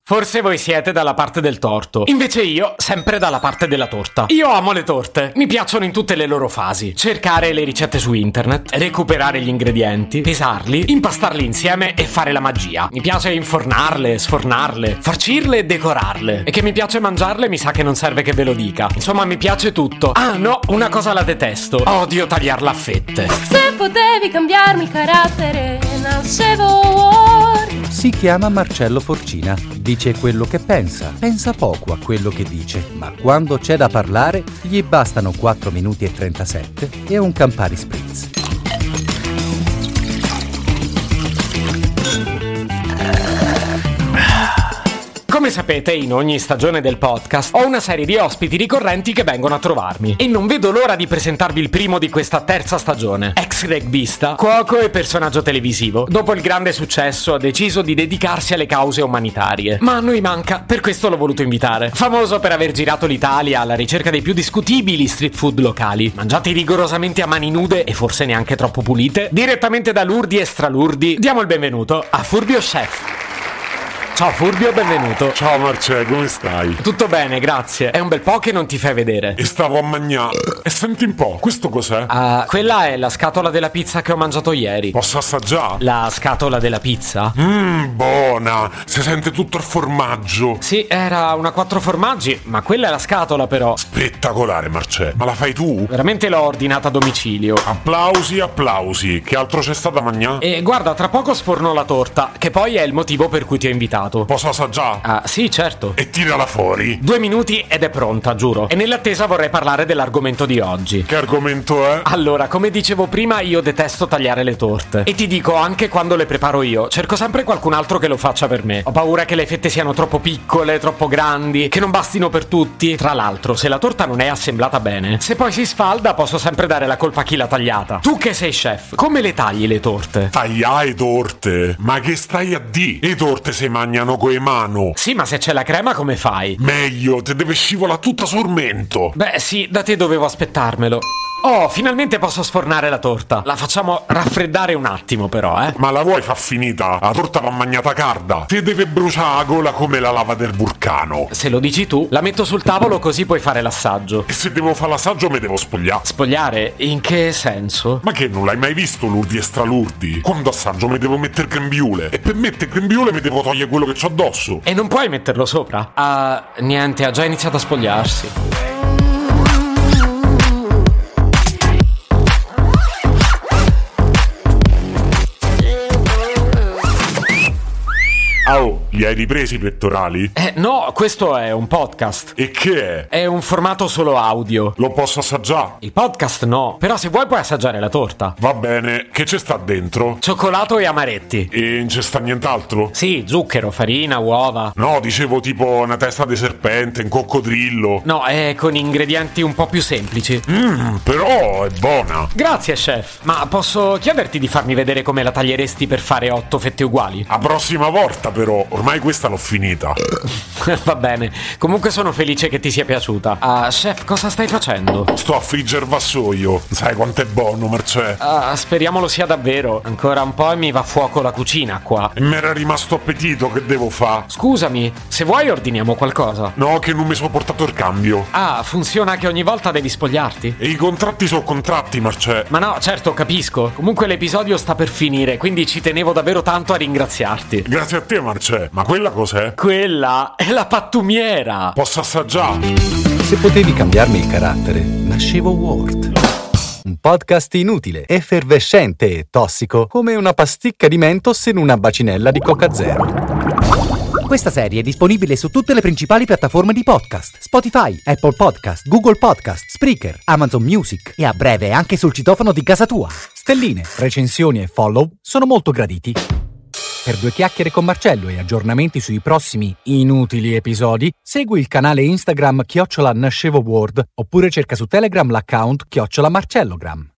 Forse voi siete dalla parte del torto, invece io sempre dalla parte della torta. Io amo le torte, mi piacciono in tutte le loro fasi. Cercare le ricette su internet, recuperare gli ingredienti, pesarli, impastarli insieme e fare la magia. Mi piace infornarle, sfornarle, farcirle e decorarle. E che mi piace mangiarle mi sa che non serve che ve lo dica. Insomma, mi piace tutto. Ah no, una cosa la detesto. Odio tagliarla a fette. Se potevi cambiarmi il carattere, nascevo Ward. Si chiama Marcello Forcina, dice quello che pensa poco a quello che dice, ma quando c'è da parlare gli bastano 4 minuti e 37 e un Campari Spritz. Come sapete, in ogni stagione del podcast ho una serie di ospiti ricorrenti che vengono a trovarmi e non vedo l'ora di presentarvi il primo di questa terza stagione. Ex rugbista, cuoco e personaggio televisivo, dopo il grande successo ha deciso di dedicarsi alle cause umanitarie. Ma a noi manca, per questo l'ho voluto invitare. Famoso per aver girato l'Italia alla ricerca dei più discutibili street food locali, mangiati rigorosamente a mani nude e forse neanche troppo pulite, direttamente da Lurdi e Stralurdi, diamo il benvenuto a Furbio Chef. Ciao Furbio, benvenuto. Ciao Marce, come stai? Tutto bene, grazie. È un bel po' che non ti fai vedere. E stavo a mangiare. E senti un po', questo cos'è? Quella è la scatola della pizza che ho mangiato ieri. Posso assaggiare? La scatola della pizza? Buona. Si sente tutto il formaggio. Sì, era una 4 formaggi, ma quella è la scatola però. Spettacolare, Marce. Ma la fai tu? Veramente l'ho ordinata a domicilio. Applausi, applausi. Che altro c'è stato da mangiare? E guarda, tra poco sforno la torta, che poi è il motivo per cui ti ho invitato. Posso assaggiare? Ah, sì, certo. E tirala fuori. 2 minuti ed è pronta, giuro. E nell'attesa vorrei parlare dell'argomento di oggi. Che argomento è? Allora, come dicevo prima, io detesto tagliare le torte. E ti dico, anche quando le preparo io, cerco sempre qualcun altro che lo faccia per me. Ho paura che le fette siano troppo piccole, troppo grandi, che non bastino per tutti. Tra l'altro, se la torta non è assemblata bene, se poi si sfalda, posso sempre dare la colpa a chi l'ha tagliata. Tu che sei chef, come le tagli le torte? Tagliare torte? Ma che stai a di? Le torte si mangiano coi mano. Sì, ma se c'è la crema come fai? Meglio, te deve scivolare tutta sul mento. Beh sì, da te dovevo aspettarmelo. Oh, finalmente posso sfornare la torta. La facciamo raffreddare un attimo però, Ma la vuoi fa finita? La torta va mangiata calda. Te deve bruciare la gola come la lava del vulcano. Se lo dici tu, la metto sul tavolo così puoi fare l'assaggio. E se devo fare l'assaggio mi devo spogliare. Spogliare? In che senso? Ma che non l'hai mai visto Lurdi e Stralurdi? Quando assaggio mi devo mettere grembiule. E per mettere grembiule mi devo togliere quello che c'ho addosso. E non puoi metterlo sopra? Niente, ha già iniziato a spogliarsi. Oh, li hai ripresi i pettorali? No, questo è un podcast. E che è? È un formato solo audio. Lo posso assaggiare? Il podcast no, però se vuoi puoi assaggiare la torta. Va bene, che c'è sta dentro? Cioccolato e amaretti. E non c'è sta nient'altro? Sì, zucchero, farina, uova. No, dicevo tipo una testa di serpente, un coccodrillo. No, è con ingredienti un po' più semplici. Però è buona. Grazie, chef. Ma posso chiederti di farmi vedere come la taglieresti per fare 8 fette uguali? La prossima volta però, ormai questa l'ho finita. Va bene, comunque sono felice che ti sia piaciuta. Chef, cosa stai facendo? Sto a friggere vassoio. Sai quanto è buono, Marcè? Speriamo lo sia davvero. Ancora un po' e mi va a fuoco la cucina qua. E mi era rimasto appetito, che devo fare? Scusami, se vuoi ordiniamo qualcosa. No, che non mi sono portato il cambio. Funziona che ogni volta devi spogliarti? E i contratti sono contratti, Marcè. Ma no, certo, capisco. Comunque l'episodio sta per finire, quindi ci tenevo davvero tanto a ringraziarti. Grazie a te, Marcè. Ma quella cos'è? Quella è la pattumiera. Posso assaggiare? Se potevi cambiarmi il carattere, nascevo Ward. Un podcast inutile, effervescente e tossico, come una pasticca di Mentos in una bacinella di Coca Zero. Questa serie è disponibile su tutte le principali piattaforme di podcast: Spotify, Apple Podcast, Google Podcast, Spreaker, Amazon Music e a breve anche sul citofono di casa tua. Stelline, recensioni e follow sono molto graditi. Per 2 chiacchiere con Marcello e aggiornamenti sui prossimi inutili episodi, segui il canale Instagram @NascevoWord oppure cerca su Telegram l'account @Marcellogram.